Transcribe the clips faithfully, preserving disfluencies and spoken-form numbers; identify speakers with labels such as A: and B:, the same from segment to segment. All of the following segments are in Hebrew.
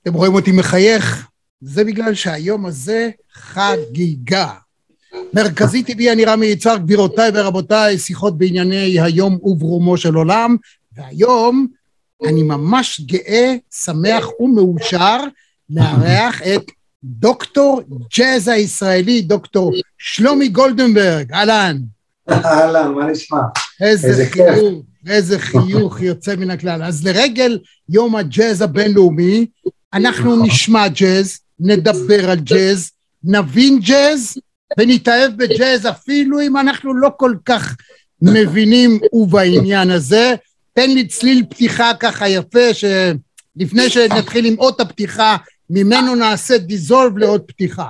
A: אתם רואים אותי מחייך? זה בגלל שהיום הזה חגיגה. מרכזי טבעי, אני רמי יצחק, גבירותיי ורבותיי, שיחות בענייני היום וברומו של עולם, והיום אני ממש גאה, שמח ומאושר לארח את דוקטור ג'אז הישראלי, דוקטור שלומי גולדנברג. אהלן.
B: אהלן, מה נשמע?
A: איזה, איזה חיוך, איזה חיוך יוצא מן הכלל. אז לרגל יום הג'אז הבינלאומי, אנחנו נשמע ג'אז, נדבר על ג'אז, נבין ג'אז, ונתאהב בג'אז אפילו אם אנחנו לא כל כך מבינים ובעניין הזה. תן לי צליל פתיחה ככה יפה, שלפני שנתחיל עם עוד הפתיחה, ממנו נעשה דיזולב לעוד פתיחה.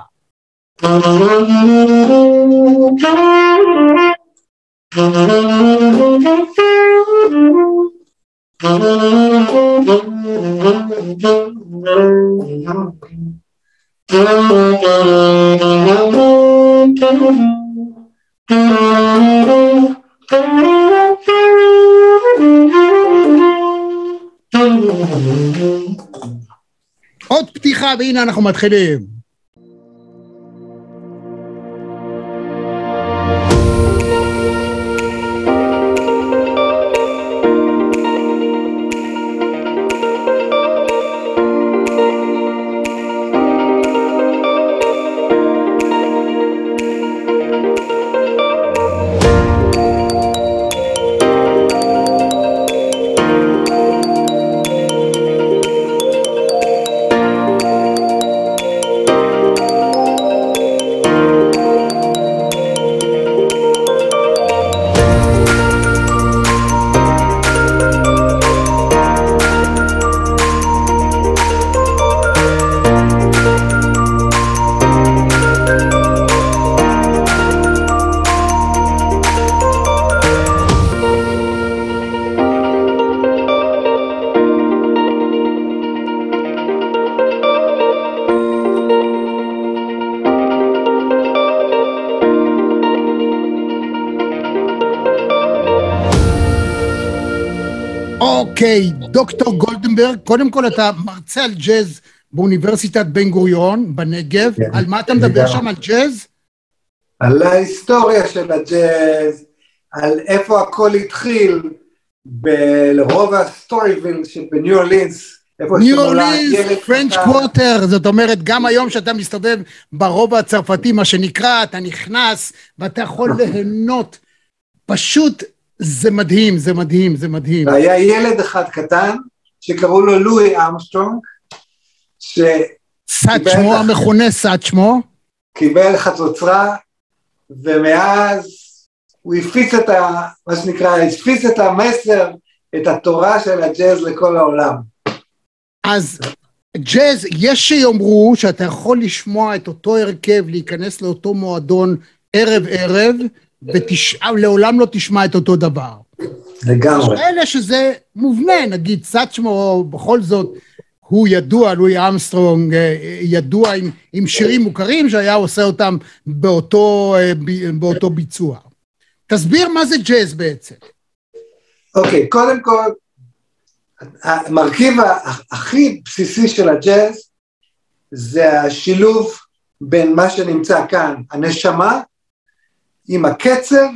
A: עוד פתיחה והנה אנחנו מתחילים. אוקיי, דוקטור גולדנברג, קודם כל אתה מרצה על ג'אז באוניברסיטת בן גוריון בנגב, על מה אתה מדבר שם, על ג'אז?
B: על ההיסטוריה של הג'אז, על איפה הכל התחיל, ברוב הסטוריוויל שבניו אורלינס,
A: ניו אורלינס, פרנץ' קוורטר, זאת אומרת גם היום שאתה מסתובב ברובע הצרפתי, מה שנקרא, אתה נכנס ואתה יכול ליהנות, פשוט זה מדהים, זה מדהים, זה מדהים.
B: היה ילד אחד קטן, שקראו לו לואי ארמסטרונג, ש...
A: סאט שמו, המכונה סאט שמו.
B: קיבל חצוצרה, ומאז הוא הפיץ את ה... מה שנקרא, הפיץ את המסר, את התורה של הג'אז לכל העולם. אז
A: ג'אז, יש שיאמרו שאתה יכול לשמוע את אותו הרכב, להיכנס לאותו מועדון ערב ערב, ולעולם לא תשמע את אותו דבר.
B: לגמרי.
A: יש אלה שזה מובנה, נגיד סאצ'מו, בכל זאת, הוא ידוע, לואי ארמסטרונג, ידוע עם, עם שירים מוכרים, שהיה עושה אותם באותו, באותו ביצוע. תסביר מה זה ג'אז בעצם.
B: אוקיי, okay, קודם כל, המרכיב הכי בסיסי של הג'אז, זה השילוב בין מה שנמצא כאן, הנשמה, עם הקצב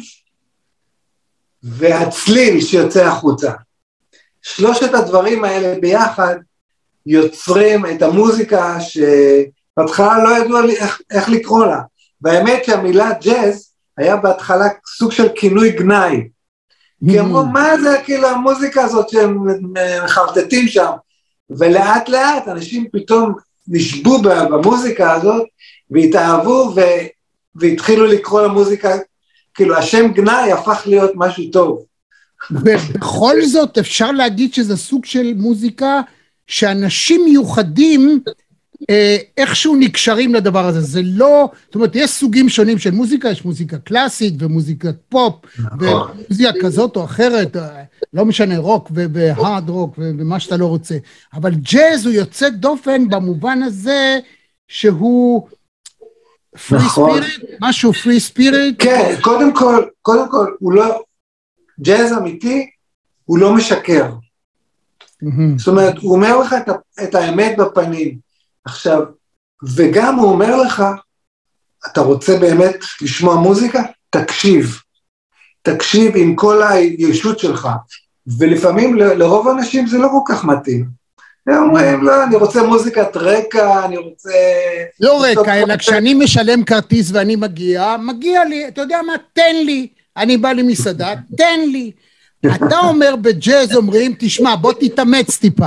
B: והצליל שיוצא החוצה. שלושת הדברים האלה ביחד יוצרים את המוזיקה שבהתחלה לא ידעו איך, איך לקרוא לה. והאמת שהמילה ג'אז היה בהתחלה סוג של כינוי גנאי. כי אמרו, מה זה כאילו המוזיקה הזאת שהם מחרטטים שם? ולאט לאט אנשים פתאום נשבו במוזיקה הזאת והתאהבו ו... והתחילו לקרוא למוזיקה, כאילו השם גנאי הפך להיות משהו טוב.
A: ובכל זאת אפשר להגיד שזה סוג של מוזיקה שאנשים מיוחדים אה, איכשהו נקשרים לדבר הזה. זה לא, זאת אומרת, יש סוגים שונים של מוזיקה, יש מוזיקה קלאסית ומוזיקת פופ, נכון. ומוזיקה כזאת או אחרת, לא משנה, רוק והארד רוק ומה שאתה לא רוצה. אבל ג'אז הוא יוצא דופן במובן הזה שהוא... פרי
B: נכון.
A: ספיריט? משהו פרי ספיריט?
B: כן, קודם כל, קודם כל, הוא לא, ג'אז אמיתי, הוא לא משקר. זאת אומרת, הוא אומר לך את, את האמת בפנים. עכשיו, וגם הוא אומר לך, אתה רוצה באמת לשמוע מוזיקה? תקשיב. תקשיב עם כל הישות שלך. ולפעמים ל, לרוב האנשים זה לא כל כך מתאים. הם אומרים, לא, אני רוצה מוזיקת רקע, אני רוצה...
A: לא רקע, אלא כשאני משלם כרטיס ואני מגיע, מגיע לי, אתה יודע מה? תן לי. אני בא למסעדה, תן לי. אתה אומר בג'אז, אומרים, תשמע, בוא תתאמץ טיפה.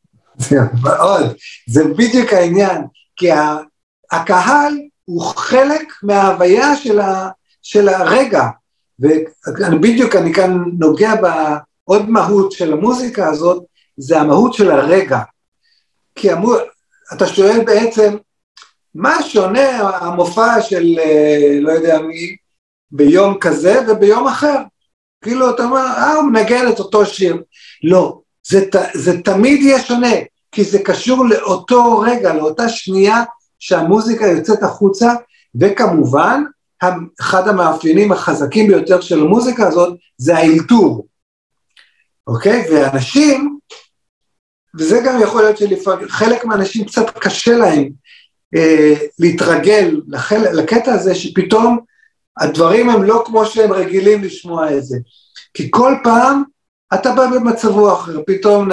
B: מאוד, זה בדיוק העניין, כי הקהל הוא חלק מההוויה של, ה, של הרגע, ובדיוק אני כאן נוגע בעוד מהות של המוזיקה הזאת, זה המהות של הרגע, כי המו, אתה שואל בעצם, מה שונה המופע של לא יודע מי, ביום כזה וביום אחר? כאילו אתה אומר, אה, הוא מנגן את אותו שיר. לא, זה, זה תמיד יהיה שונה, כי זה קשור לאותו רגע, לאותה שנייה שהמוזיקה יוצאת החוצה, וכמובן, אחד המאפיינים החזקים ביותר של המוזיקה הזאת, זה האלתור. אוקיי? ואנשים, וזה גם יכול להיות שחלק מהאנשים קצת קשה להם אה, להתרגל לחל, לקטע הזה, שפתאום הדברים הם לא כמו שהם רגילים לשמוע את זה. כי כל פעם אתה בא במצב רוח, פתאום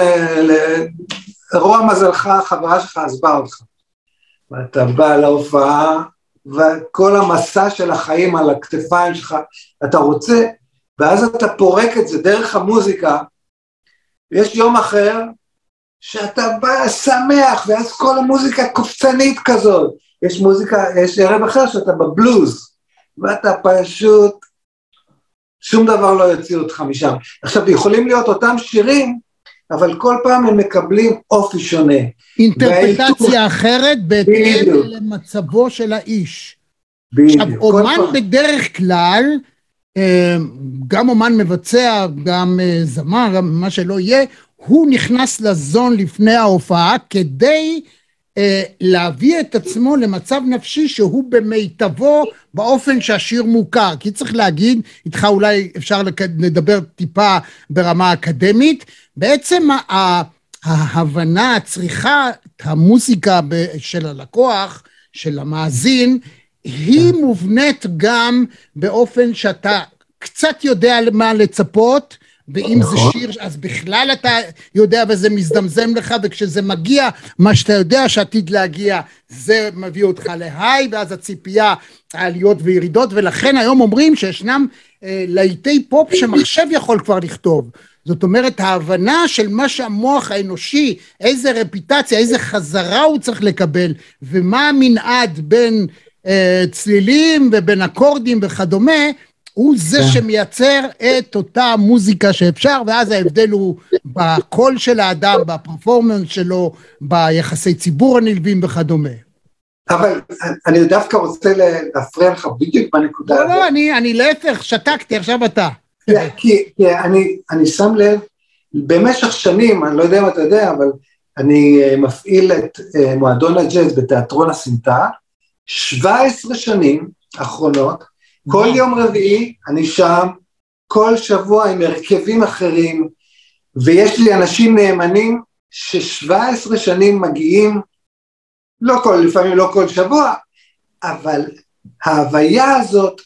B: לרוע מזלך, חברה שלך עזבה אותך. ואתה בא להופעה, וכל המסע של החיים על הכתפיים שלך, אתה רוצה, ואז אתה פורק את זה דרך המוזיקה, ויש יום אחר, שאתה בא שמח, ואז כל המוזיקה קופצנית כזאת, יש מוזיקה, יש ערב אחר שאתה בבלוז, ואתה פשוט, שום דבר לא יוציא אותך משם. עכשיו, יכולים להיות אותם שירים, אבל כל פעם הם מקבלים אופי שונה.
A: אינטרפטציה אחרת בהתאם למצבו של האיש. עכשיו, אומן בדרך כלל, גם אומן מבצע, גם זמר, גם מה שלא יהיה, הוא נכנס לזון לפני ההופעה, כדי להביא את עצמו למצב נפשי שהוא במיטבו באופן שהשיר מוכר. כי צריך להגיד, איתך אולי אפשר לדבר טיפה ברמה אקדמית, בעצם ההבנה, הצריכה, המוזיקה של הלקוח, של המאזין, היא מובנית גם באופן שאתה קצת יודע מה לצפות, ואם זה שיר, אז בכלל אתה יודע וזה מזדמזם לך, וכשזה מגיע, מה שאתה יודע שעתיד להגיע, זה מביא אותך להיי, ואז הציפייה העליות וירידות, ולכן היום אומרים שישנם אה, לעיתי פופ שמחשב יכול כבר לכתוב. זאת אומרת, ההבנה של מה שהמוח האנושי, איזה רפיטציה, איזה חזרה הוא צריך לקבל, ומה המנעד בין אה, צלילים ובין אקורדים וכדומה, הוא זה yeah. שמייצר את אותה מוזיקה שאפשר, ואז ההבדל הוא בקול של האדם, בפרפורמנס שלו, ביחסי ציבור הנלווים וכדומה.
B: אבל אני דווקא רוצה להפריע לך בדיוק בנקודה
A: לא,
B: הזאת.
A: לא, אני, אני להפך, שתקתי, עכשיו אתה.
B: כי, כי, כי אני, אני שם לב, במשך שנים, אני לא יודע אם אתה יודע, אבל אני מפעיל את מועדון הג'אז בתיאטרון הסמטה, שבע עשרה שנים אחרונות, כל יום רביעי אני שם, כל שבוע עם הרכבים אחרים, ויש לי אנשים נאמנים ש-שבע עשרה שנים מגיעים, לא כל, לפעמים לא כל שבוע, אבל ההוויה הזאת,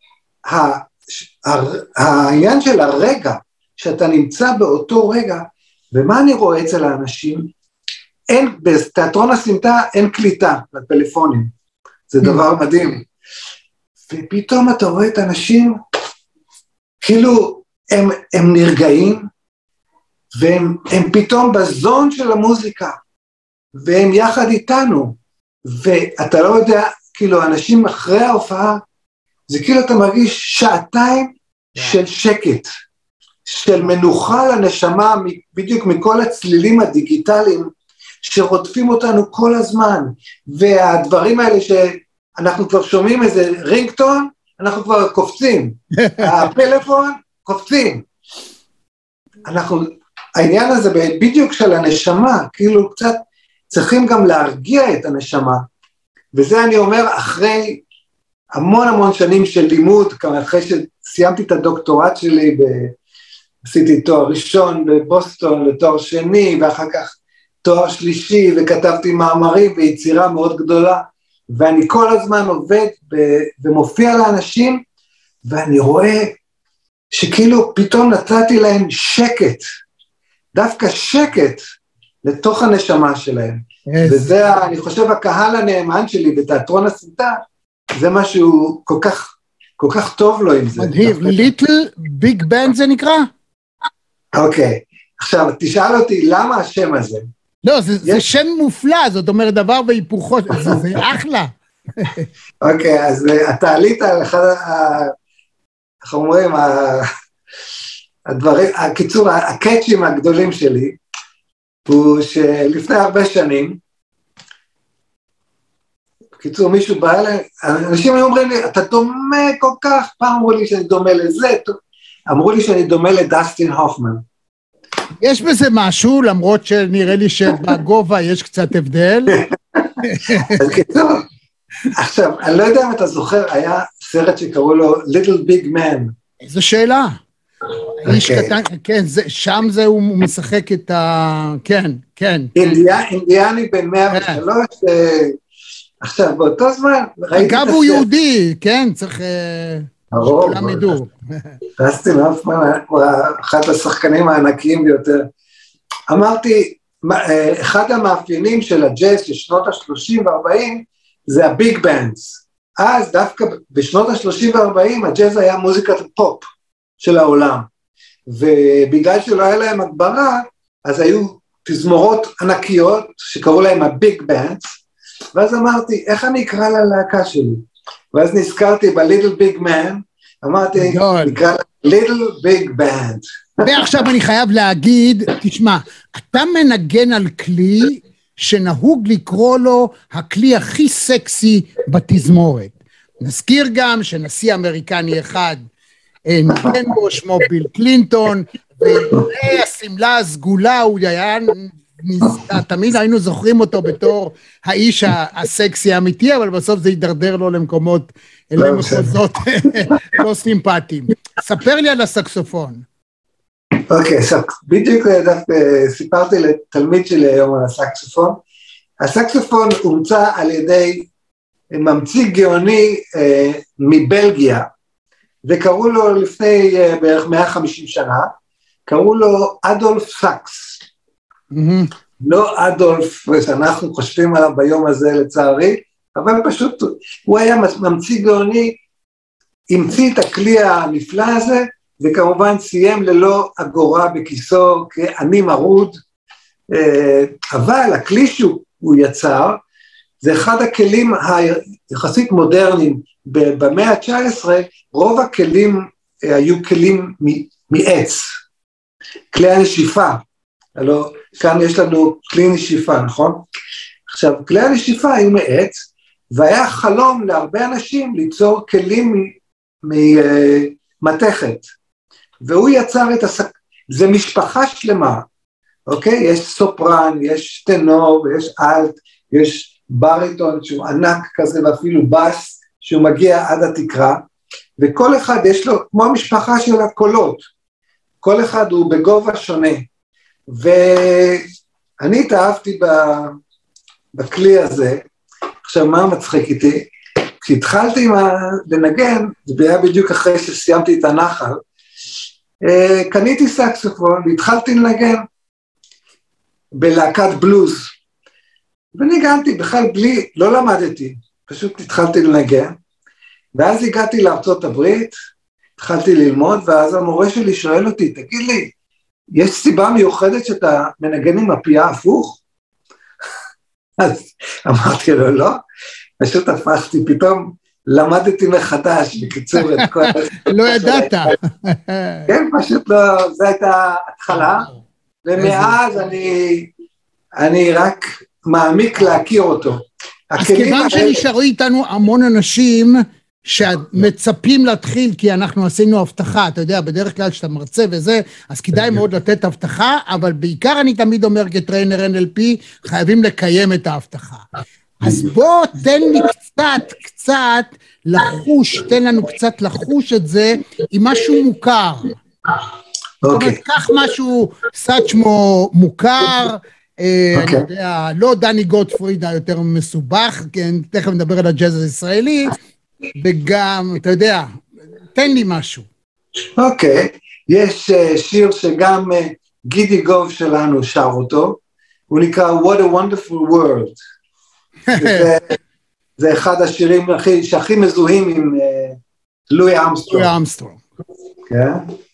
B: העניין של הרגע, שאתה נמצא באותו רגע, ומה אני רואה אצל האנשים? אין, בתיאטרון הסמטה אין קליטה לפלאפונים, זה דבר מדהים. ופתאום אתה רואה את האנשים, כאילו הם, הם נרגעים, והם הם פתאום בזון של המוזיקה, והם יחד איתנו, ואתה לא יודע, כאילו אנשים אחרי ההופעה, זה כאילו אתה מרגיש שעתיים של שקט, של מנוחה לנשמה, בדיוק מכל הצלילים הדיגיטליים, שרודפים אותנו כל הזמן, והדברים האלה ש... אנחנו כבר שומעים איזה רינגטון, אנחנו כבר קופצים, הפלאפון קופצים. אנחנו, העניין הזה בדיוק של הנשמה, כאילו קצת צריכים גם להרגיע את הנשמה, וזה אני אומר אחרי המון המון שנים של לימוד, אחרי שסיימתי את הדוקטורט שלי עשיתי תואר ראשון בבוסטון, לתואר שני, ואחר כך תואר שלישי, וכתבתי מאמרים ויצירה מאוד גדולה, ואני כל הזמן עובד ומופיע לאנשים, ואני רואה שכאילו פתאום נתתי להם שקט, דווקא שקט לתוך הנשמה שלהם. Yes. וזה, אני חושב, הקהל הנאמן שלי בתיאטרון הסמטה, זה משהו כל כך, כל כך טוב לו עם זה.
A: מדהים, ליטל ביג בנד זה נקרא?
B: אוקיי, okay. עכשיו תשאל אותי למה השם הזה?
A: לא, זה, זה שם מופלא, זאת אומרת דבר והיפוכו, זה, זה אחלה.
B: אוקיי, okay, אז אתה עלית על אחד, איך אומרים, הדברים, הקיצור, הקאצ'ים הגדולים שלי, הוא שלפני הרבה שנים, בקיצור מישהו בא אליי, אנשים היו אומרים לי, אתה דומה כל כך, פעם אמרו לי שאני דומה לזה, אמרו לי שאני דומה לדסטין הופמן.
A: יש בזה משהו, למרות שנראה לי שבגובה יש קצת הבדל.
B: אז קיצור, עכשיו, אני לא יודע אם אתה זוכר, היה סרט שקראו לו Little Big Man.
A: איזו שאלה. איש קטן, כן, שם זה הוא משחק את ה... כן, כן.
B: אינדיאני בן מאה ושלוש, עכשיו, באותו זמן, ראיתי את
A: אגב הוא יהודי, כן, צריך... שכולם ידעו.
B: דסטין הופמן הוא אחד השחקנים הענקיים ביותר. אמרתי, אחד המאפיינים של הג'אז של שנות ה-שלושים וה-ארבעים, זה הביג בנדס. אז דווקא בשנות ה-שלושים וה-ארבעים, הג'אז היה מוזיקת פופ של העולם. ובגלל שלא היה להם הגברה, אז היו תזמורות ענקיות, שקראו להם הביג בנדס, ואז אמרתי, איך אני אקרא ללהקה שלי? ואז נזכרתי ב-Little Big Man, אמרתי, נקרא לה Little Big Band.
A: ועכשיו אני חייב להגיד, תשמע, אתה מנגן על כלי שנהוג לקרוא לו הכלי הכי סקסי בתזמורת. נזכיר גם שנשיא אמריקני אחד, נגן בו שמו ביל קלינטון, והסמלה הסגולה הוא היה... תמיד היינו זוכרים אותו בתור האיש הסקסי האמיתי, אבל בסוף זה יידרדר לו למקומות, אלה מחוזות לא סימפטיים. ספר לי על הסקסופון.
B: אוקיי, בדיוק סיפרתי לתלמיד שלי היום על הסקסופון. הסקסופון הומצא על ידי ממציא גאוני מבלגיה, וקראו לו לפני בערך מאה וחמישים שנה, קראו לו אדולף סאקס. לא אדולף שאנחנו חושבים עליו ביום הזה לצערי, אבל פשוט הוא היה ממציא גאוני, המציא את הכלי הנפלא הזה, וכמובן סיים ללא אגורה בכיסו כעני מרוד, אבל הכלי שהוא יצר, זה אחד הכלים היחסית מודרניים, במאה ה-תשע עשרה רוב הכלים היו כלים מעץ, כלי הנשיפה, הלוא כאן יש לנו כלי נשיפה, נכון? עכשיו, כלי הנשיפה היו מעץ, והיה חלום להרבה אנשים ליצור כלים ממתכת, והוא יצר את הסק... זה משפחה שלמה, אוקיי? יש סופרן, יש טנור, יש אלט, יש בריטון שהוא ענק כזה, ואפילו בס שהוא מגיע עד התקרה, וכל אחד יש לו, כמו המשפחה של הקולות, כל אחד הוא בגובה שונה, ואני התאהבתי בכלי הזה. עכשיו מה מצחיק איתי? כשהתחלתי לנגן, זה היה בדיוק אחרי שסיימתי את הנחל, קניתי סקסופון והתחלתי לנגן בלהקת בלוז, וניגנתי בכלל בלי, לא למדתי, פשוט התחלתי לנגן, ואז הגעתי לארצות הברית, התחלתי ללמוד, ואז המורה שלי שואל אותי, תגיד לי, יש סיבה מיוחדת שאתה מנגן עם הפייה הפוך? אז אמרתי לו, לא, פשוט הפכתי, פתאום למדתי מחדש, בקיצור את כל...
A: לא ידעת.
B: כן, פשוט לא, זו הייתה התחלה, ומאז אני, אני רק מעמיק להכיר אותו.
A: אז כיוון שנשארו איתנו המון אנשים, שמצפים להתחיל, כי אנחנו עשינו הבטחה, אתה יודע, בדרך כלל שאתה מרצה וזה, אז כדאי מאוד לתת הבטחה, אבל בעיקר אני תמיד אומר כטריינר אן אל פי, חייבים לקיים את ההבטחה. אז בוא תן לי קצת, קצת לחוש, תן לנו קצת לחוש את זה, עם משהו מוכר. זאת אומרת, קח משהו סאצ'מו מוכר, אני יודע, לא דני גוטפריד היותר מסובך, כן, תכף נדבר על הג'אז הישראלי, וגם, אתה יודע, תן לי משהו.
B: אוקיי, יש שיר שגם גידי גוב שלנו שר אותו, הוא נקרא What a Wonderful World. זה אחד השירים שהכי מזוהים עם לואי אמסטרונג.
A: לואי אמסטרונג.
B: כן.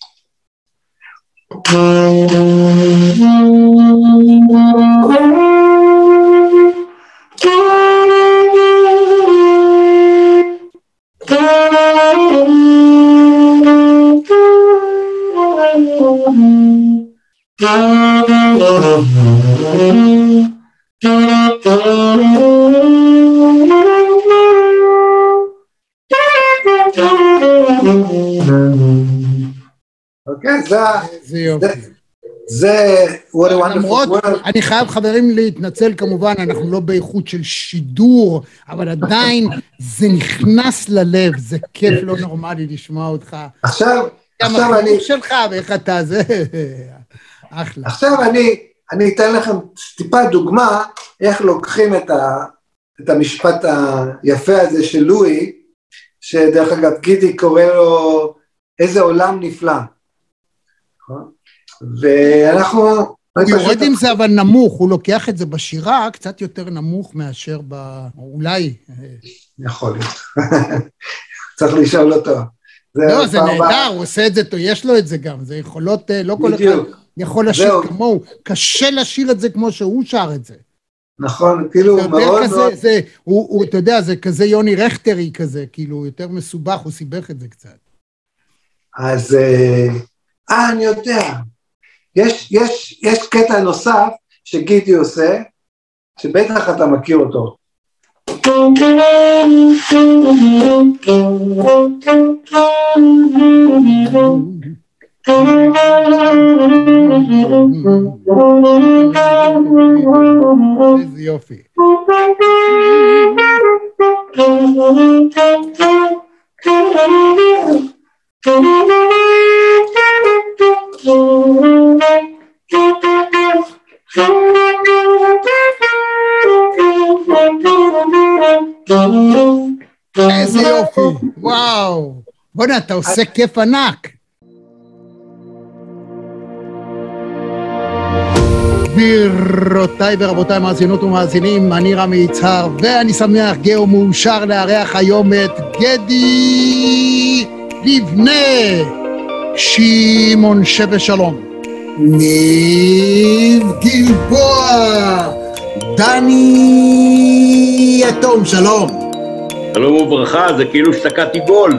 B: אוקיי, זה יופי. זה,
A: למרות, אני חייב חברים להתנצל כמובן, אנחנו לא באיכות של שידור, אבל עדיין זה נכנס ללב, זה כיף לא נורמלי לשמוע אותך.
B: עכשיו, עכשיו אני...
A: גם שלך, ואיך אתה, זה אחלה.
B: עכשיו אני, אני אתן לכם טיפה דוגמה, איך לוקחים את, ה, את המשפט היפה הזה של לואי, שדרך אגב גידי קורא לו, איזה עולם נפלא. ואנחנו...
A: הוא יורד עם זה אבל נמוך, הוא לוקח את זה בשירה קצת יותר נמוך מאשר ב... אולי...
B: יכול להיות. צריך לשאול אותו.
A: לא, זה נהדר, הוא עושה את זה, יש לו את זה גם, זה יכולות, לא כל אחד יכול לשיר כמוהו, קשה לשיר את זה כמו שהוא שר את זה.
B: נכון, כאילו הוא מאוד מאוד...
A: אתה יודע, זה כזה יוני רכטרי כזה, כאילו יותר מסובך, הוא סיבך את זה קצת.
B: אז... אה, אני יודע. יש, יש, יש קטע נוסף שגידי עושה, שבטח אתה מכיר אותו.
A: איזה יופי. איזה יופי, וואו, בוא'נה, אתה עושה כיף ענק. גבירותיי ורבותיי מאזינות ומאזינים, אני רמי יצהר, ואני שמח גאו מאושר לארח היום את גדי לבנה, שמעון שווה שלום, ניב גלבוע, דני יתום, שלום.
C: שלום וברכה, זה כאילו שתקעתי גול.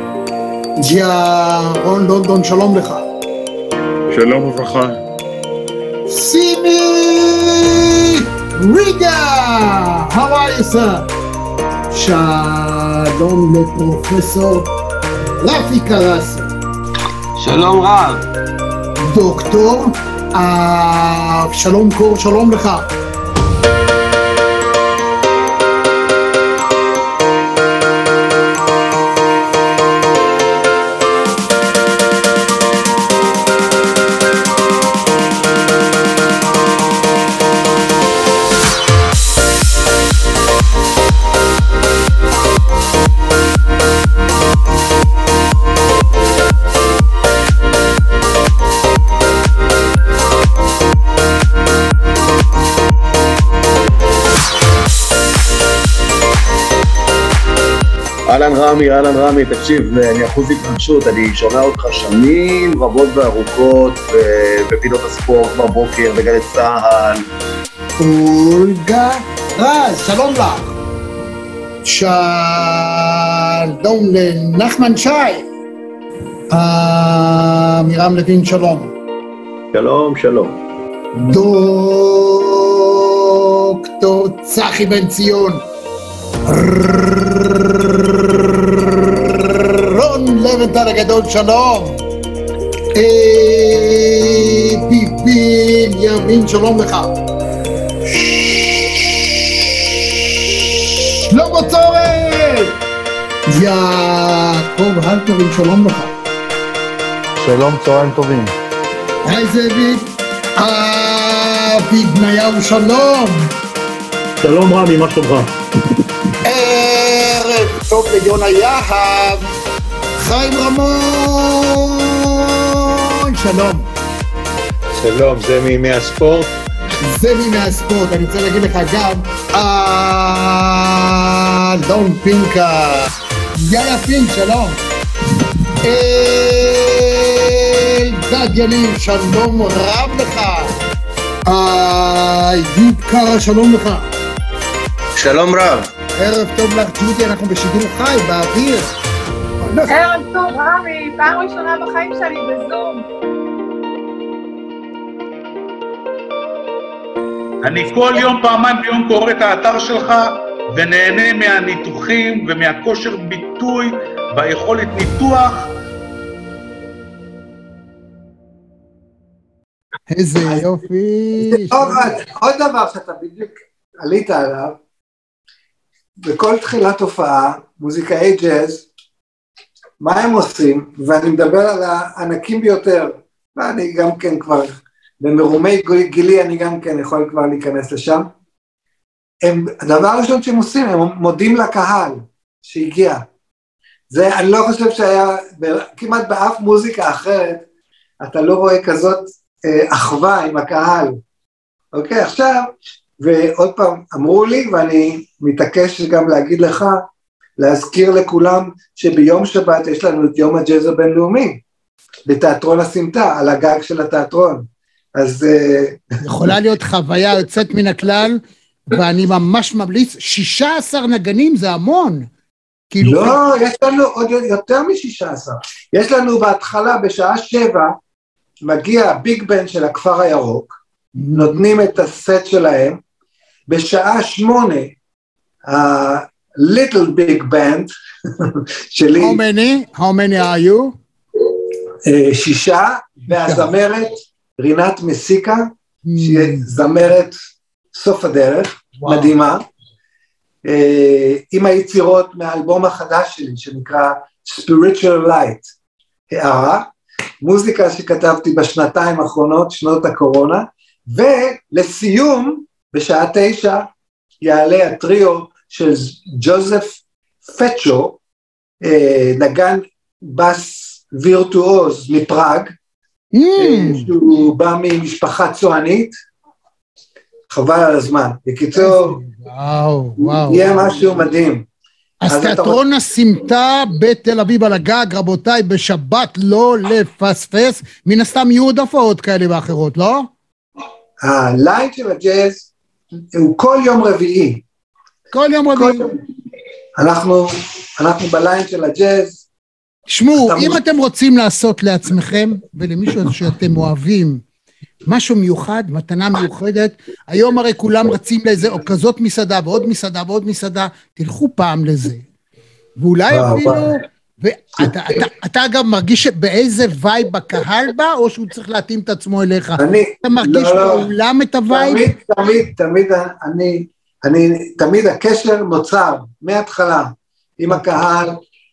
A: ג'ירון לונדון, שלום לך.
D: שלום וברכה.
A: סימי ריגה, how are you sir? שלום לפרופסור רפי קרסי.
E: שלום רב.
A: דוקטור שלום קור, שלום לך.
C: אהלן רמי, אהלן רמי, תקשיב, אני אחוז התרגשות, אני שומע אותך שנים רבות וארוכות בפינות הספורט בבוקר, בגלי צהל.
A: אולגה רז, שלום לך. שלום לנחמן שי. מירם לוין, שלום.
C: שלום, שלום.
A: דוקטור צחי בן ציון. רון לבנטל הגדול, שלום. ביביל ימין, שלום לך. שלמה צורן. יעקב הלפרין, שלום לך.
F: שלום, צהריים טובים.
A: היי זאביק, אבי בניהו שלום.
D: שלום רמי, מה שלומך?
A: ערב טוב ליונה יהב, חיים רמון, שלום.
F: שלום, זה מימי הספורט?
A: זה מימי הספורט, אני רוצה להגיד לך גם, אלדון פינקה, יאללה פינק, שלום. אלדד יניב, שלום רב לך. איוב קרא, שלום לך.
E: שלום רב.
A: ערב טוב לך, ג'ודי, אנחנו בשידור חי, באוויר.
G: ערב טוב, רמי, פעם ראשונה בחיים שלי בזום.
H: אני כל יום, פעמיים ביום קורא את האתר שלך ונהנה מהניתוחים ומהכושר ביטוי והיכולת ניתוח.
A: איזה יופי.
B: עוד דבר שאתה בדיוק עלית עליו, בכל תחילת הופעה, מוזיקאי ג'אז, מה הם עושים, ואני מדבר על הענקים ביותר, ואני גם כן כבר, במרומי גילי אני גם כן יכול כבר להיכנס לשם, הם, הדבר הראשון שהם עושים, הם מודים לקהל שהגיע. זה, אני לא חושב שהיה, כמעט באף מוזיקה אחרת, אתה לא רואה כזאת אה, אחווה עם הקהל. אוקיי, עכשיו, ועוד פעם אמרו לי, ואני מתעקש גם להגיד לך, להזכיר לכולם שביום שבת יש לנו את יום הג'אז הבינלאומי, בתיאטרון הסמטה, על הגג של התיאטרון. אז... יכולה
A: להיות חוויה יוצאת מן הכלל, ואני ממש ממליץ, שישה עשר נגנים זה המון.
B: לא, יש לנו עוד יותר מ-שישה עשר. יש לנו בהתחלה, בשעה שבע, מגיע ביג בנד של הכפר הירוק, נותנים את הסט שלהם, בשעה שמונה, ה-little big band שלי...
A: How many? How many are you?
B: שישה, והזמרת רינת מסיקה, שהיא זמרת סוף הדרך, מדהימה, עם היצירות מהאלבום החדש שלי, שנקרא Spiritual Light, הערה, מוזיקה שכתבתי בשנתיים האחרונות, שנות הקורונה, ולסיום, בשעה תשע, יעלה הטריו של ג'וזף פצ'ו, נגן בס וירטואוז מפראג, שהוא בא ממשפחה צוענית, חבל על הזמן. בקיצור, יהיה משהו מדהים.
A: אז תיאטרון הסמטה בתל אביב על הגג, רבותיי, בשבת לא לפספס, מן הסתם יהיו עוד הופעות כאלה ואחרות, לא?
B: הליין של הג'אז הוא כל יום רביעי.
A: כל יום רביעי.
B: אנחנו, אנחנו בליין של הג'אז.
A: שמעו, אם אתם רוצים לעשות לעצמכם, ולמישהו שאתם אוהבים, משהו מיוחד, מתנה מיוחדת, היום הרי כולם רצים לאיזה, או כזאת מסעדה, ועוד מסעדה, ועוד מסעדה, תלכו פעם לזה. ואולי אפילו, ואתה, אתה, אתה גם מרגיש באיזה וייב בקהל בא, או שהוא צריך להתאים את עצמו אליך?
B: אני,
A: אתה מרגיש
B: לא,
A: בעולם את הווייב?
B: תמיד, תמיד, תמיד, אני, אני, תמיד הקשר נוצר, מההתחלה, עם הקהל,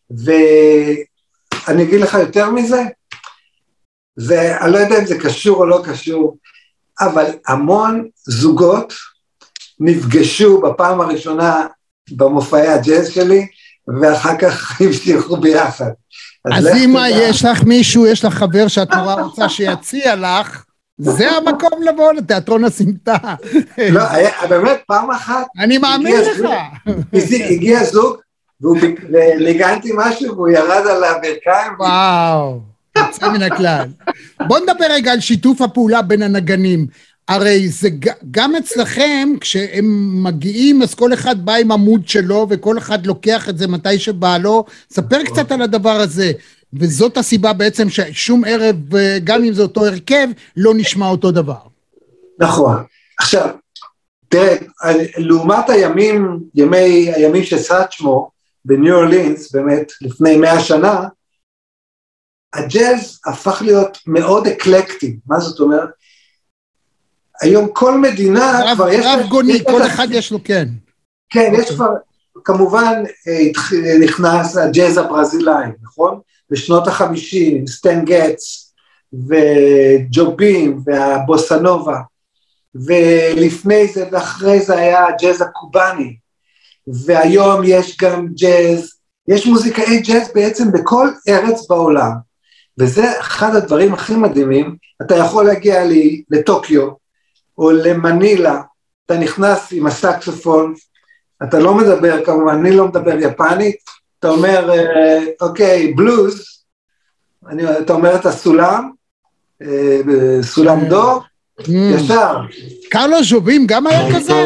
B: ואני אגיד לך יותר מזה, זה, אני לא יודע אם זה קשור או לא קשור, אבל המון זוגות נפגשו בפעם הראשונה במופעי הג'אז שלי, ואחר כך המשיכו ביחד.
A: אז, אז אם יש לך מישהו, יש לך חבר שאת נורא רוצה שיציע לך, זה המקום לבוא לתיאטרון הסמטה.
B: לא, באמת פעם אחת,
A: אני מאמין לך.
B: הגיע זוג, וניגנתי משהו, והוא ירד על הברכיים.
A: וואו. יוצא מן הכלל. בוא נדבר רגע על שיתוף הפעולה בין הנגנים. הרי זה גם אצלכם, כשהם מגיעים, אז כל אחד בא עם עמוד שלו, וכל אחד לוקח את זה מתי שבא לו. ספר קצת על הדבר הזה. וזאת הסיבה בעצם ששום ערב, גם אם זה אותו הרכב, לא נשמע אותו דבר.
B: נכון. עכשיו, תראה, לעומת הימים, ימי, הימים שסאצ'מו, בניו אורלינס, באמת, לפני מאה שנה, הג'אז הפך להיות מאוד אקלקטי. מה זאת אומרת? היום כל מדינה
A: רב,
B: כבר יש...
A: רב גוני, כל אחד יש לו, כן.
B: כן, יש כבר, כמובן נכנס הג'אז הברזילאי, נכון? בשנות החמישים, סטן גץ, וג'ובים והבוסנובה, ולפני זה ואחרי זה היה הג'אז הקובני, והיום יש גם ג'אז, יש מוזיקאי ג'אז בעצם בכל ארץ בעולם, וזה אחד הדברים הכי מדהימים. אתה יכול להגיע לי לטוקיו, או למנילה, אתה נכנס עם הסקסופון, אתה לא מדבר כמובן, אני לא מדבר יפנית, אתה אומר, אוקיי, בלוז, אני, אתה אומר את הסולם, סולם דו, ישר.
A: קרלוס ז'ובים גם היה כזה?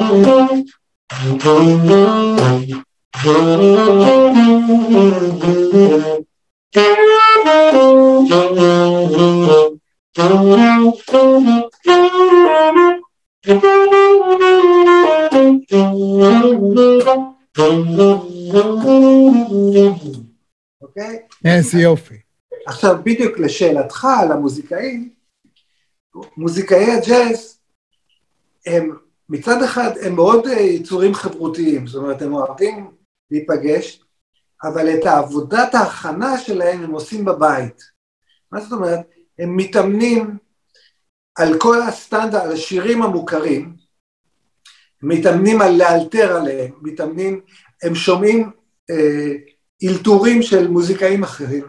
B: אוקיי?
A: איזה יופי.
B: עכשיו בדיוק לשאלתך על המוזיקאים, מוזיקאי הג'אז, הם מצד אחד הם מאוד יצורים חברותיים, זאת אומרת הם אוהבים להיפגש, אבל את העבודת ההכנה שלהם הם עושים בבית. מה זאת אומרת? הם מתאמנים על כל הסטנדרט, על השירים המוכרים, מתאמנים על לאלתר עליהם, מתאמנים, הם שומעים אה, אילתורים של מוזיקאים אחרים,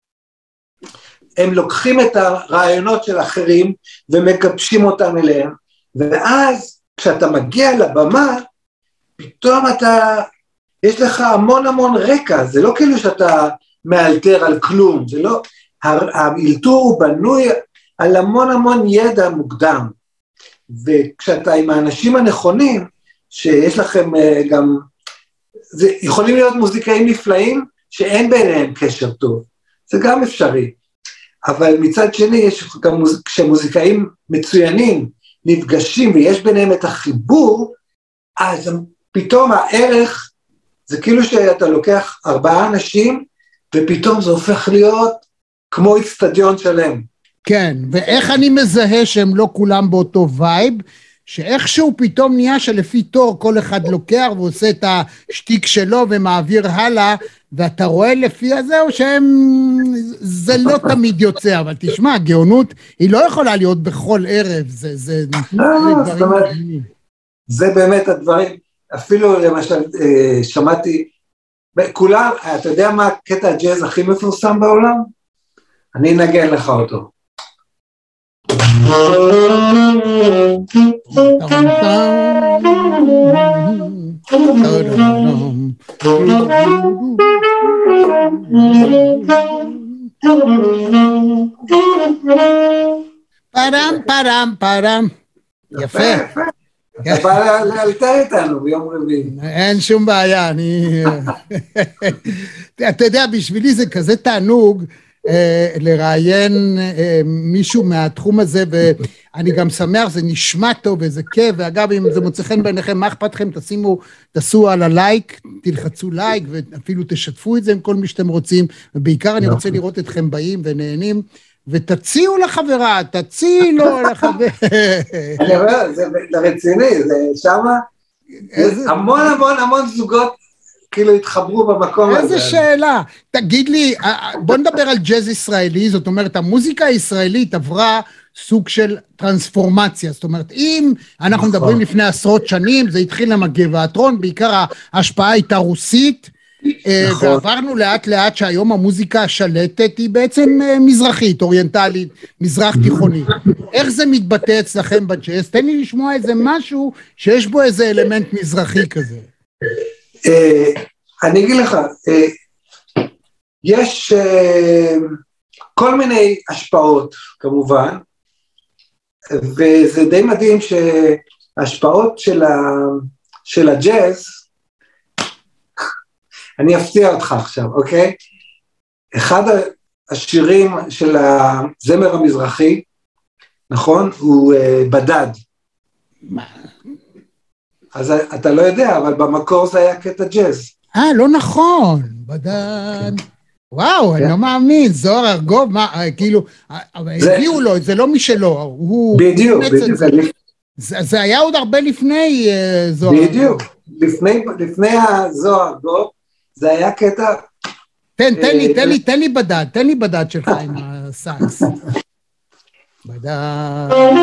B: הם לוקחים את הרעיונות של אחרים ומקפשים אותם אליהם, ואז כשאתה מגיע לבמה, פתאום אתה, יש לך המון המון רקע, זה לא כאילו שאתה מאלתר על כלום, זה לא, האילתור הוא בנוי על המון המון ידע מוקדם, וכשאתה עם האנשים הנכונים, שיש לכם גם, זה יכולים להיות מוזיקאים נפלאים, שאין ביניהם קשר טוב, זה גם אפשרי, אבל מצד שני, יש גם כשמוזיקאים מצוינים, נפגשים ויש ביניהם את החיבור, אז פתאום הערך, זה כאילו שאתה לוקח ארבעה אנשים, ופתאום זה הופך להיות כמו אצטדיון שלם.
A: כן, ואיך אני מזהה שהם לא כולם באותו וייב, שאיכשהו פתאום נהיה שלפי תור כל אחד לוקח ועושה את השטיק שלו ומעביר הלאה, ואתה רואה לפי הזה או שהם, זה לא תמיד יוצא, אבל תשמע, הגאונות היא לא יכולה להיות בכל ערב, זה, זה,
B: לא, זאת אומרת, זה באמת הדברים, אפילו למשל שמעתי, כולם, אתה יודע מה קטע הג'אז הכי מפורסם בעולם? אני אנגן לך אותו.
A: פרם פרם פרם. יפה.
B: אתה בא לאלתר איתנו ביום רביעי.
A: אין שום בעיה, אני... אתה יודע, בשבילי זה כזה תענוג לראיין מישהו מהתחום הזה, ואני גם שמח, זה נשמע טוב וזה כיף, ואגב, אם זה מוצא חן בעיניכם, מה אכפת לכם, תשימו, תעשו על הלייק, תלחצו לייק, ואפילו תשתפו את זה עם כל מי שאתם רוצים, ובעיקר אני רוצה לראות אתכם באים ונהנים, ותציעו לחברה, תציעו לחברה.
B: זה רציני, זה שמה, המון המון המון זוגות כאילו התחברו במקום הזה.
A: איזה שאלה, תגיד לי, בוא נדבר על ג'אז ישראלי, זאת אומרת, המוזיקה הישראלית עברה סוג של טרנספורמציה, זאת אומרת, אם אנחנו מדברים לפני עשרות שנים, זה התחיל עם הגבעתרון, בעיקר ההשפעה הייתה רוסית, ועברנו לאט לאט שהיום המוזיקה השלטת היא בעצם מזרחית, אוריינטלית, מזרח תיכונית. איך זה מתבטא אצלכם בג'אז? תן לי לשמוע איזה משהו שיש בו איזה אלמנט מזרחי כזה.
B: אני אגיד לך, יש כל מיני השפעות כמובן, וזה די מדהים שההשפעות של הג'אז, אני אפתיע אותך עכשיו, אוקיי? אחד השירים של הזמר המזרחי, נכון? הוא בדד.
A: מה?
B: אז אתה לא יודע, אבל במקור זה היה קטע ג'אז.
A: אה, לא נכון, בדד. וואו, אני לא מאמין, זוהר ארגוב, מה, כאילו, הביאו לו, זה לא משלו, הוא...
B: בדיוק, בדיוק.
A: זה היה עוד הרבה לפני זוהר.
B: בדיוק, לפני הזוהר ארגוב, זה היה קטע...
A: תן, תן לי, תן לי, תן לי בדד, תן לי בדד שלך עם הסאקס. ביי.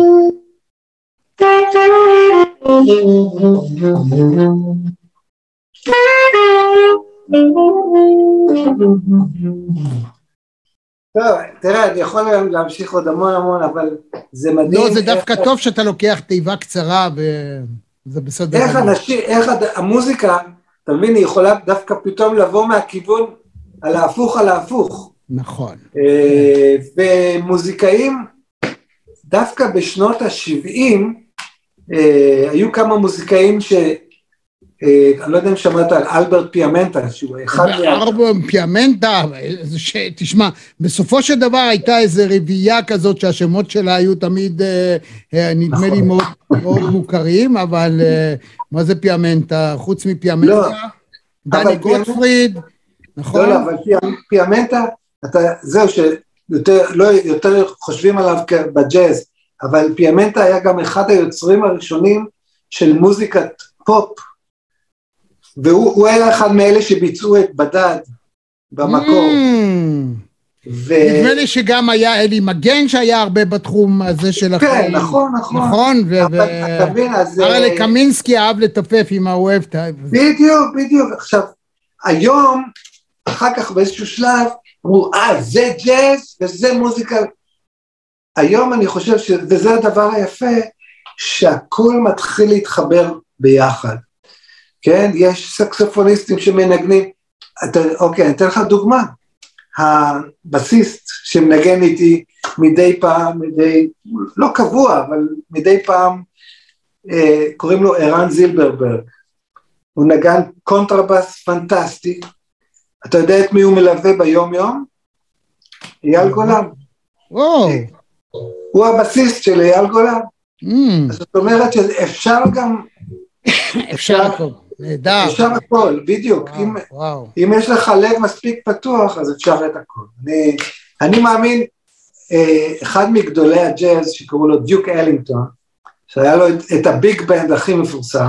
B: טוב, תראה, אני יכול להמשיך עוד המון המון, אבל זה מדהים.
A: לא, זה דווקא טוב שאתה לוקח תיבה קצרה, וזה בסדר.
B: איך אנשים, איך המוזיקה, אתה מבין, היא יכולה דווקא פתאום לבוא מהכיוון על ההפוך על ההפוך.
A: נכון.
B: ומוזיקאים, דווקא בשנות ה-שבעים, היו כמה מוזיקאים ש... אני לא יודע אם שמעת על אלברט פיאמנטה, שהוא אחד מה...
A: אלברט פיאמנטה, תשמע, בסופו של דבר הייתה איזו רביעייה כזאת שהשמות שלה היו תמיד, נדמה לי מאוד מוכרים, אבל מה זה פיאמנטה? חוץ מפיאמנטה? דני גוטפריד, נכון?
B: לא, לא, אבל פיאמנטה, זהו שיותר חושבים עליו בג'אז, אבל פיאמנטה היה גם אחד היוצרים הראשונים של מוזיקת פופ, והוא היה אחד מאלה שביצעו את בדד במקור.
A: נדמה לי שגם היה אלי מגן שהיה הרבה בתחום הזה של החיים.
B: כן, נכון, נכון.
A: נכון, וארלה קמינסקי אהב לטפף עם האוהב.
B: בדיוק, בדיוק. עכשיו, היום, אחר כך באיזשהו שלב, אמרו, אה, זה ג'אז וזה מוזיקה. היום אני חושב ש... וזה הדבר היפה, שהכל מתחיל להתחבר ביחד. כן, יש סקסופוניסטים שמנגנים, אתה, אוקיי, אני אתן לך דוגמה, הבסיסט שמנגן איתי מדי פעם, מדי, לא קבוע, אבל מדי פעם, אה, קוראים לו ערן זילברברג, הוא נגן קונטרבס פנטסטי, אתה יודע את מי הוא מלווה ביום יום? אייל גולן.
A: וואו.
B: הוא הבסיסט של אייל גולן. אז זאת אומרת שאפשר גם...
A: אפשר הכל, נהדר.
B: אפשר הכל, בדיוק. אם יש לך לב מספיק פתוח, אז אפשר את הכל. אני מאמין, אחד מגדולי הג'אז שקראו לו דיוק אלינגטון, שהיה לו את הביג בנד הכי מפורסם,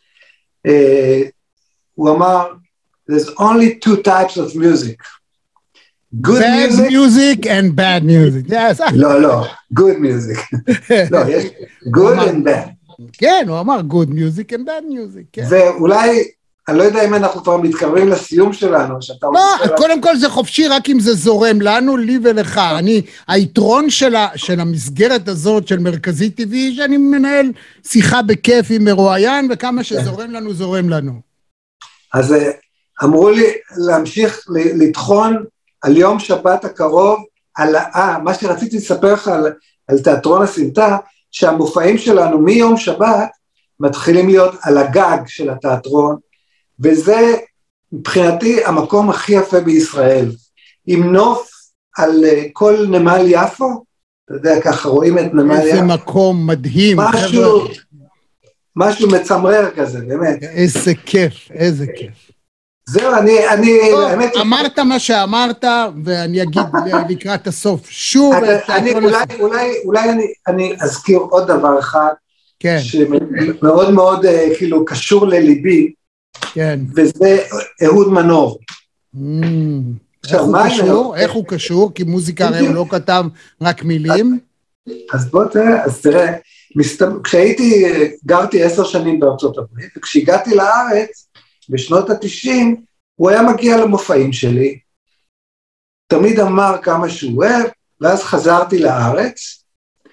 B: הוא אמר, there's only two types of music.
A: Good music, music and bad music. Yes.
B: לא, לא, good music. לא, יש good and bad.
A: כן, הוא אמר good music and bad music. כן.
B: ואולי, אני לא יודע אם אנחנו כבר מתקרבים לסיום שלנו, שאתה...
A: לא, קודם כל זה חופשי רק אם זה זורם לנו, לי ולך. אני, היתרון של, ה, של המסגרת הזאת של מרכזי טבעי, שאני מנהל שיחה בכיף עם מרואיין, וכמה שזורם לנו, זורם לנו.
B: אז אמרו לי להמשיך לטחון על יום שבת הקרוב, על, אה, מה שרציתי לספר לך על, על תיאטרון הסמטה, שהמופעים שלנו מיום שבת מתחילים להיות על הגג של התיאטרון, וזה מבחינתי המקום הכי יפה בישראל, עם נוף על כל נמל יפו, אתה יודע, ככה רואים את נמל יפו.
A: איזה מקום מדהים.
B: משהו, משהו מצמרר כזה, באמת.
A: איזה כיף, איזה כיף.
B: זהו, אני, אני, האמת...
A: אמרת מה שאמרת, ואני אגיד לקראת הסוף, שוב...
B: אני, אולי, אולי, אולי אני, אני אזכיר עוד דבר אחד,
A: כן.
B: שמאוד מאוד, כאילו, קשור לליבי,
A: כן.
B: וזה אהוד מנור.
A: איך הוא קשור? איך הוא קשור? כי מוזיקה הרי הוא לא כתב רק מילים.
B: אז בוא תראה, אז תראה, כשהייתי, גרתי עשר שנים בארצות הברית, וכשהגעתי לארץ, בשנות ה-תשעים, הוא היה מגיע למופעים שלי, תמיד אמר כמה שהוא אוהב, ואז חזרתי לארץ,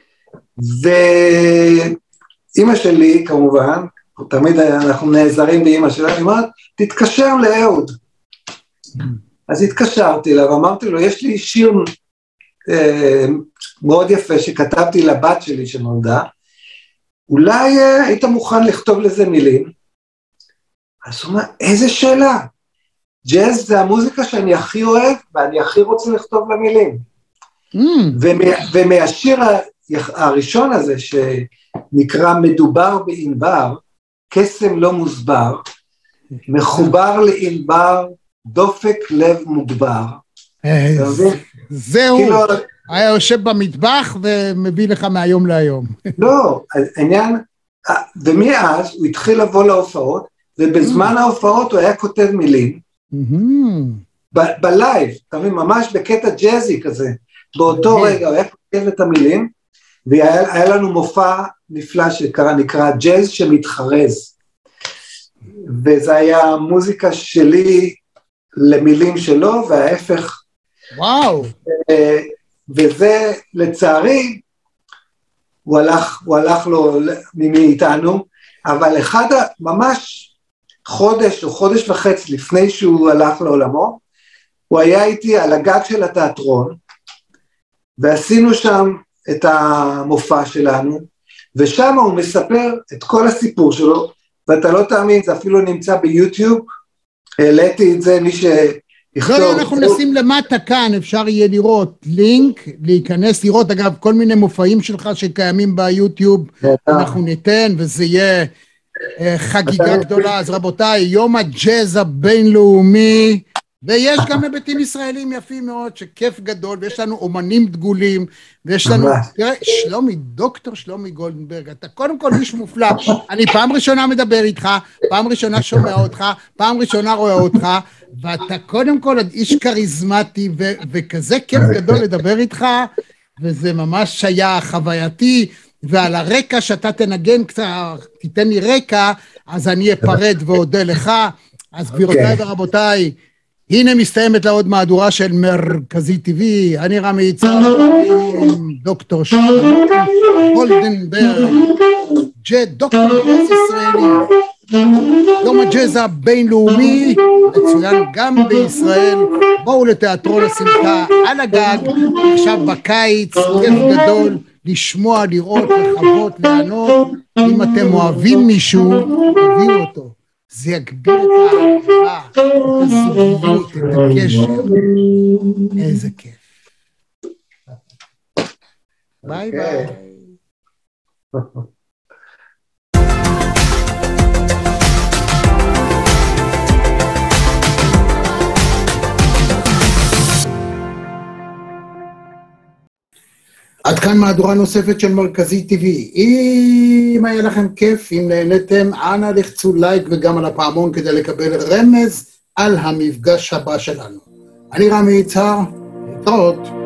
B: ואמא שלי כמובן, תמיד אנחנו נעזרים באמא שלה, היא אומרת, תתקשר לאהוד. אז התקשרתי לה, ואמרתי לו, יש לי שיר אה, מאוד יפה שכתבתי לבת שלי שנולדה, אולי אה, היית מוכן לכתוב לזה מילים? אז הוא אומר, איזה שאלה? ג'אז זה המוזיקה שאני הכי אוהב, ואני הכי רוצה לכתוב למילים. Mm. ומהשיר הראשון הזה, שנקרא מדובר באינבר, קסם לא מוסבר, מחובר לאינבר, דופק לב מוגבר.
A: זהו, היה יושב במטבח ומביא לך מהיום להיום.
B: לא, העניין, ומאז הוא התחיל לבוא להופעות, ובזמן ההופעות הוא היה כותב מילים, בלייב, ממש בקטע ג'אזי כזה, באותו רגע, הוא היה כותב את המילים, והיה לנו מופע נפלא שקרא, נקרא ג'אז שמתחרז, וזה היה מוזיקה שלי למילים שלו, וההפך.
A: וואו.
B: וזה, לצערי, הוא הלך, הוא הלך לו מאיתנו, אבל אחד, ממש חודש או חודש וחצי לפני שהוא הלך לעולמו, הוא היה איתי על הגג של התיאטרון, ועשינו שם את המופע שלנו, ושם הוא מספר את כל הסיפור שלו, ואתה לא תאמין, זה אפילו נמצא ביוטיוב, העליתי את זה, מי שיכתוב.
A: לא, אנחנו נשים למטה כאן, אפשר יהיה לראות לינק, להיכנס, לראות, אגב, כל מיני מופעים שלך שקיימים ביוטיוב, אנחנו ניתן, וזה יהיה חגיגה גדולה. אז רבותיי, יום הג'אז הבינלאומי, ויש גם היבטים ישראלים יפים מאוד, שכיף גדול, ויש לנו אומנים דגולים, ויש לנו, תראה, שלומי, דוקטור שלומי גולדנברג, אתה קודם כל איש מופלא, אני פעם ראשונה מדבר איתך, פעם ראשונה שומע אותך, פעם ראשונה רואה אותך, ואתה קודם כל איש קריזמטי, ו- וכזה כיף גדול לדבר איתך, וזה ממש היה חווייתי, ועל הרקע שאתה תנגן קצת, תיתן לי רקע, אז אני אפרד ואודה לך. אז גבירותיי ורבותיי, הנה מסתיימת לעוד מהדורה של מרכזי טבעי, אני רמי יצחק, דוקטור שלומי גולדנברג, דוקטור ג'אז ישראלי, יום הג'אז הבינלאומי, מצוין גם בישראל, בואו לתיאטרון השמחה על הגג, עכשיו בקיץ, כיף גדול, לשמוע, לראות, לחוות, לענות, אם אתם אוהבים מישהו, תביאו אותו. זה יגביר את האהבה, את הזוגיות, את הקשר. איזה כיף. ביי ביי. עד כאן מהדורה נוספת של מרכזי טבעי. אם היה לכם כיף, אם נהנתם, אנא לחצו לייק וגם על הפעמון כדי לקבל רמז על המפגש הבא שלנו. אני רמי יצהר, להתראות.